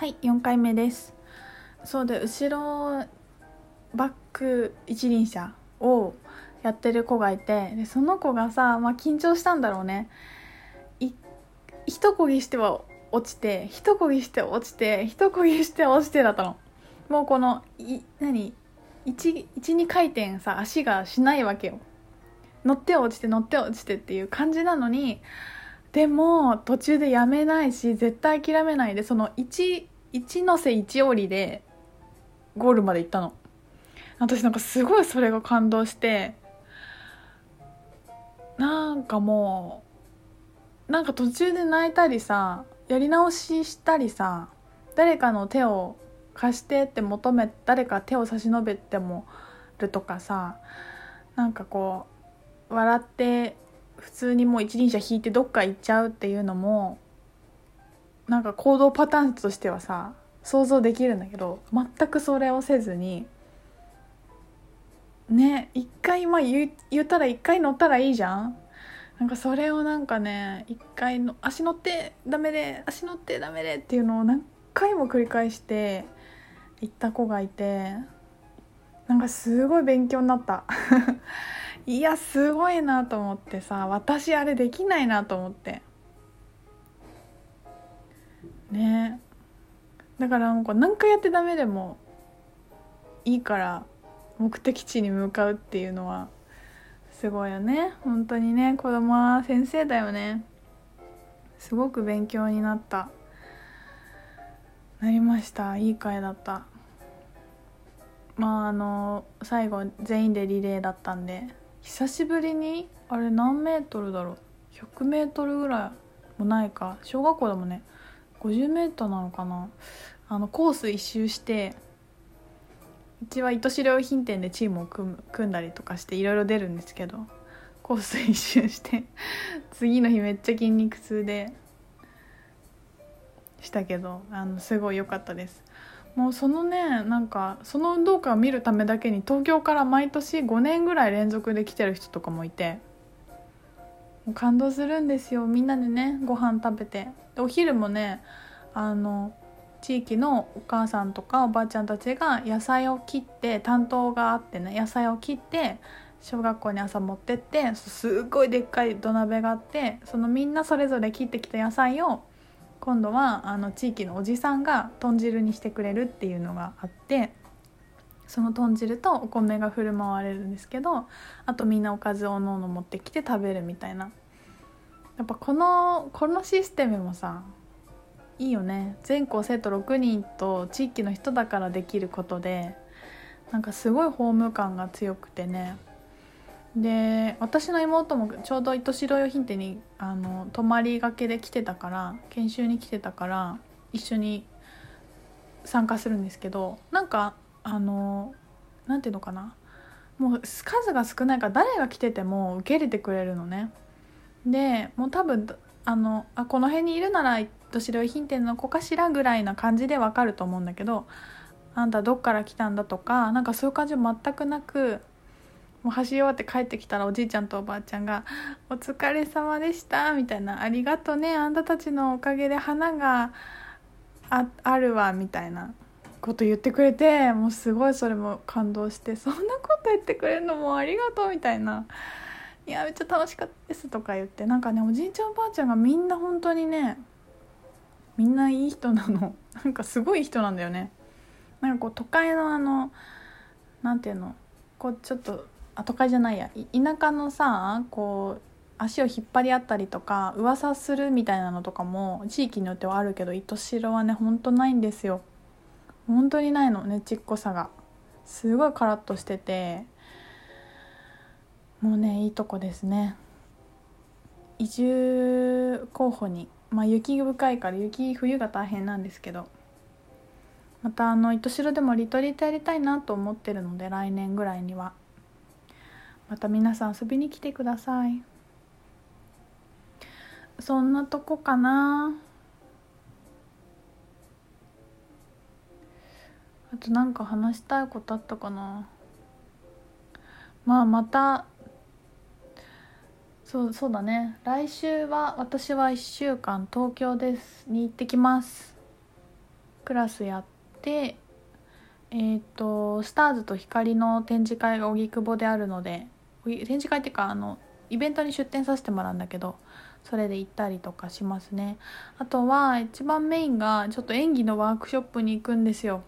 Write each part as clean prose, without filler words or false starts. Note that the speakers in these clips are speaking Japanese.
はい、4回目です。そうで、後ろバック一輪車をやってる子がいて、でその子がさ、緊張したんだろうね。一漕ぎしては落ちて、一漕ぎして落ちて、一漕ぎして落ちてだったの。もうこの12回転さ、足がしないわけよ。乗って落ちて乗って落ちてっていう感じなのに、でも途中でやめないし、絶対諦めないで、その1乗せ1降りでゴールまで行ったの。私なんかすごいそれが感動して、なんかもうなんか途中で泣いたりさ、やり直ししたりさ、誰かの手を貸してって求め、誰か手を差し伸べてもるとかさ、なんかこう笑って普通にもう一輪車引いてどっか行っちゃうっていうのも、なんか行動パターンとしてはさ想像できるんだけど、全くそれをせずにね、一回言ったら一回乗ったらいいじゃん。なんかそれをなんかね、一回の足乗ってダメで足乗ってダメでっていうのを何回も繰り返して行った子がいて、なんかすごい勉強になったいやすごいなと思ってさ、私あれできないなと思ってね。だからなんか何回やってダメでもいいから目的地に向かうっていうのはすごいよね。本当にね、子供は先生だよね。すごく勉強になりました。いい回だった。最後全員でリレーだったんで、久しぶりに、あれ何メートルだろう、100メートルぐらいもないか、小学校でもね50メートルなのかな、コース一周して、うちは糸代良品店でチームを組んだりとかしていろいろ出るんですけど、コース一周して次の日めっちゃ筋肉痛でしたけど、すごい良かったです。もうそのね、なんかその運動会を見るためだけに東京から毎年5年ぐらい連続で来てる人とかもいて、もう感動するんですよ。みんなでねご飯食べて、でお昼もね、地域のお母さんとかおばあちゃんたちが野菜を切って、担当があってね、野菜を切って小学校に朝持ってって、すごいでっかい土鍋があって、そのみんなそれぞれ切ってきた野菜を今度は地域のおじさんが豚汁にしてくれるっていうのがあって、その豚汁とお米が振る舞われるんですけど、あとみんなおかずをおのおの持ってきて食べるみたいな。やっぱこのシステムもさいいよね。全校生徒6人と地域の人だからできることで、なんかすごいホーム感が強くてね。で私の妹もちょうど糸代良品店に泊まりがけで来てたから、研修に来てたから一緒に参加するんですけど、なんかなんていうのかな、もう数が少ないから誰が来てても受け入れてくれるのね。でもう多分この辺にいるなら糸代良品店の子かしらぐらいな感じでわかると思うんだけど、あんたどっから来たんだとか、なんかそういう感じは全くなく、もう走り終わって帰ってきたらおじいちゃんとおばあちゃんがお疲れ様でしたみたいな、ありがとね、あんたたちのおかげで花が あるわみたいなこと言ってくれて、もうすごいそれも感動して、そんなこと言ってくれるのもありがとうみたいな、いやめっちゃ楽しかったですとか言って、なんかね、おじいちゃんおばあちゃんがみんな本当にね、みんないい人なの。なんかすごい人なんだよね。なんかこう都会のなんていうの、こうちょっと都会じゃないや、田舎のさ、こう足を引っ張り合ったりとか噂するみたいなのとかも地域によってはあるけど、糸代はねほんとないんですよ。本当にないのね、ちっこさがすごいカラッとしてて、もうねいいとこですね。移住候補に、雪深いから冬が大変なんですけど、また糸代でもリトリートやりたいなと思ってるので、来年ぐらいにはまた皆さん遊びに来てください。そんなとこかな。あとなんか話したいことあったかな。またそうだね、来週は私は1週間東京に行ってきます。 クラスやって、スターズと光の展示会が荻窪であるので、展示会っていうかイベントに出展させてもらうんだけど、それで行ったりとかしますね。あとは一番メインがちょっと演技のワークショップに行くんですよ。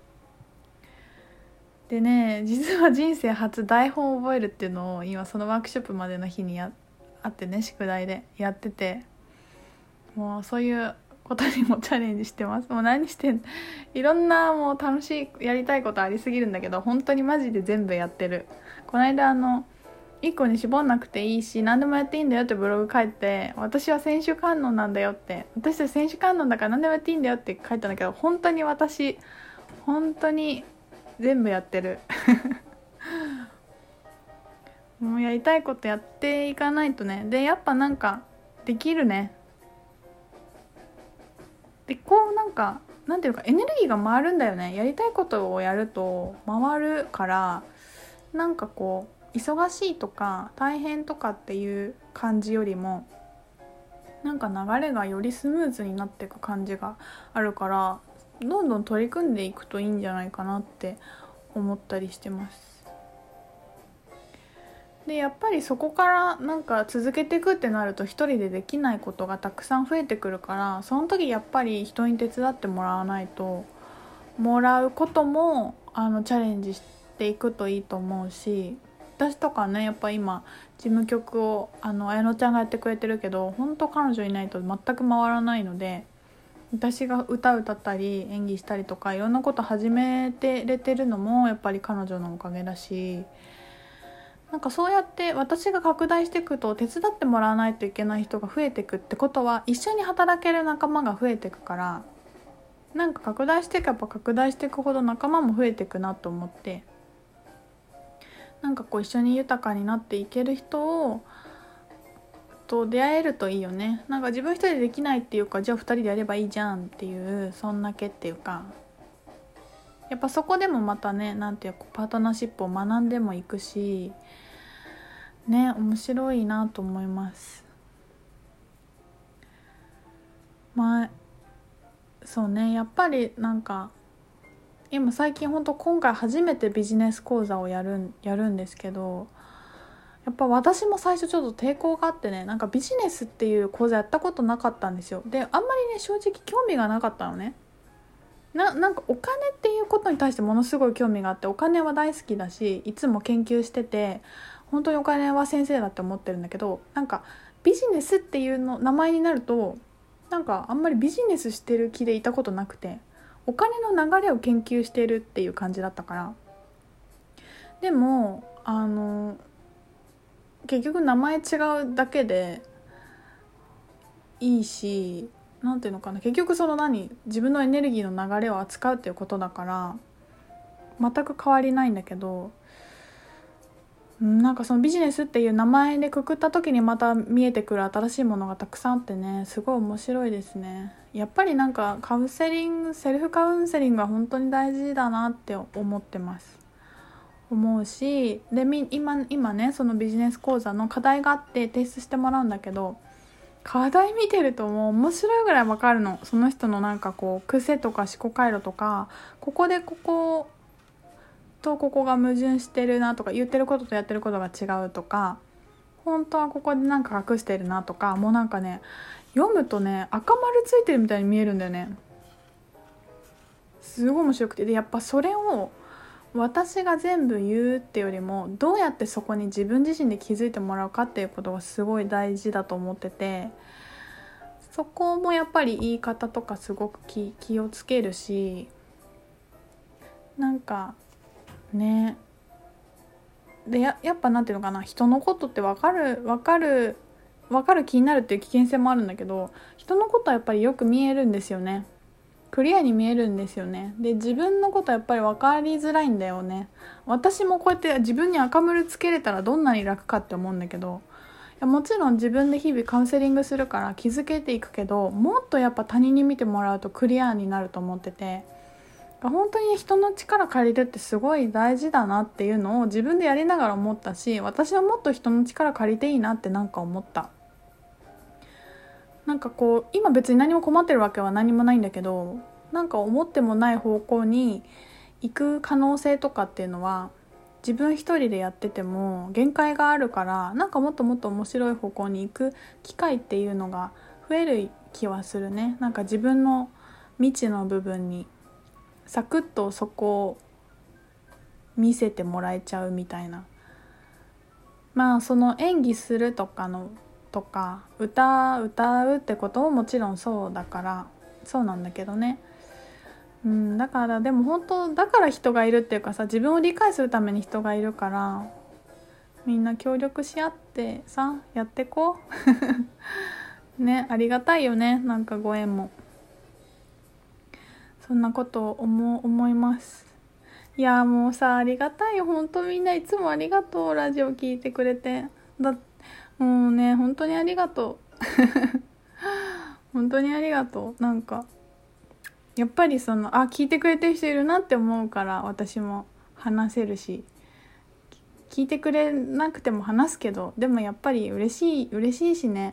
でね、実は人生初台本を覚えるっていうのを今そのワークショップまでの日にあってね、宿題でやってて、もうそういうことにもチャレンジしてます。もう何してんいろんなもう楽しいやりたいことありすぎるんだけど、本当にマジで全部やってる。この間1個に絞んなくていいし何でもやっていいんだよってブログ書いて、私は選手観音なんだよって、私は選手観音だから何でもやっていいんだよって書いたんだけど、本当に本当に全部やってるもうやりたいことやっていかないとね。でやっぱなんかできるね。でこうなんていうかエネルギーが回るんだよね。やりたいことをやると回るから、なんかこう忙しいとか大変とかっていう感じよりも、なんか流れがよりスムーズになっていく感じがあるから、どんどん取り組んでいくといいんじゃないかなって思ったりしてます。でやっぱりそこからなんか続けていくってなると一人でできないことがたくさん増えてくるから、その時やっぱり人に手伝ってもらわないと、もらうこともチャレンジしていくといいと思うし、私とかねやっぱ今事務局を綾乃ちゃんがやってくれてるけど、本当彼女いないと全く回らないので、私が歌ったり演技したりとかいろんなこと始めてれてるのもやっぱり彼女のおかげだし、なんかそうやって私が拡大していくと手伝ってもらわないといけない人が増えていくってことは、一緒に働ける仲間が増えていくから、なんか拡大していけば拡大していくほど仲間も増えていくなと思って、なんかこう一緒に豊かになっていける人と出会えるといいよね。なんか自分一人でできないっていうか、じゃあ二人でやればいいじゃんっていう、そんだけっていうか、やっぱそこでもまたね、なんていうかパートナーシップを学んでもいくしね、面白いなと思います。まあそうね、やっぱりなんか今最近本当今回初めてビジネス講座をやるんですけど、やっぱ私も最初ちょっと抵抗があってね、なんかビジネスっていう講座やったことなかったんですよ。であんまりね正直興味がなかったのね。なんかお金っていうことに対してものすごい興味があって、お金は大好きだしいつも研究してて、本当にお金は先生だって思ってるんだけど、なんかビジネスっていうの名前になるとなんかあんまりビジネスしてる気でいたことなくて、お金の流れを研究してるっていう感じだったから。でも結局名前違うだけでいいし、なんていうのかな、結局自分のエネルギーの流れを扱うっていうことだから全く変わりないんだけど、なんかそのビジネスっていう名前でくくった時にまた見えてくる新しいものがたくさんあってね、すごい面白いですね。やっぱりなんかセルフカウンセリングは本当に大事だなって思うし、で今ねそのビジネス講座の課題があって提出してもらうんだけど、課題見てるともう面白いぐらい分かるの。その人のなんかこう癖とか思考回路とか、ここでこことここが矛盾してるなとか、言ってることとやってることが違うとか、本当はここでなんか隠してるなとか、もうなんかね読むとね赤丸ついてるみたいに見えるんだよね。すごい面白くて、でやっぱそれを私が全部言うってよりも、どうやってそこに自分自身で気づいてもらうかっていうことがすごい大事だと思ってて、そこもやっぱり言い方とかすごく気をつけるし、なんかね、でやっぱなんていうのかな、人のことって分かる気になるっていう危険性もあるんだけど、人のことはやっぱりよく見えるんですよね。クリアに見えるんですよね。で自分のことはやっぱり分かりづらいんだよね。私もこうやって自分に赤丸つけれたらどんなに楽かって思うんだけど、いやもちろん自分で日々カウンセリングするから気づけていくけど、もっとやっぱ他人に見てもらうとクリアになると思ってて、本当に人の力借りるってすごい大事だなっていうのを自分でやりながら思ったし、私はもっと人の力借りていいなってなんか思った。なんかこう今別に何も困ってるわけは何もないんだけど、 なんか思ってもない方向に行く可能性とかっていうのは自分一人でやってても限界があるから、なんかもっともっと面白い方向に行く機会っていうのが増える気はするね。なんか自分の未知の部分にサクッとそこを見せてもらえちゃうみたいな。まあその演技するとか歌うってことももちろんそうだからそうなんだけどね。だからでも本当だから人がいるっていうかさ、自分を理解するために人がいるから、みんな協力し合ってさやってこうね。ありがたいよね、なんかご縁も。そんなことを思います。いやもうさ、ありがたいよ本当。みんないつもありがとう。ラジオ聞いてくれて、もうね本当にありがとう本当にありがとう。なんかやっぱり聞いてくれてる人いるなって思うから、私も話せるし、聞いてくれなくても話すけど、でもやっぱり嬉しいしね。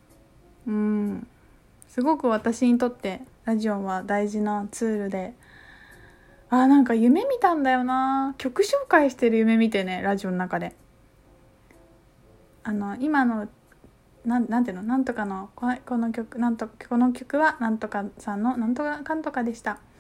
すごく私にとってラジオは大事なツールで、なんか夢見たんだよな。曲紹介してる夢見てね、ラジオの中で今のなんていうの、なんとかのこの曲この曲はなんとかさんのなんとかかんとかでした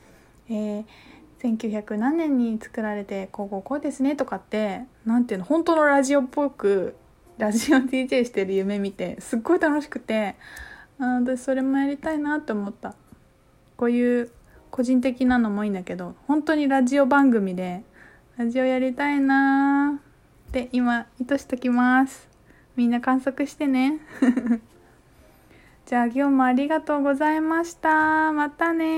、1900何年に作られてこうですねとかって、なんていうの、本当のラジオっぽくラジオ DJ してる夢見てすっごい楽しくて、私それもやりたいなって思った。こういう個人的なのもいいんだけど、本当にラジオ番組でラジオやりたいなって今意図しときます。みんな観測してねじゃあ今日もありがとうございました。またね。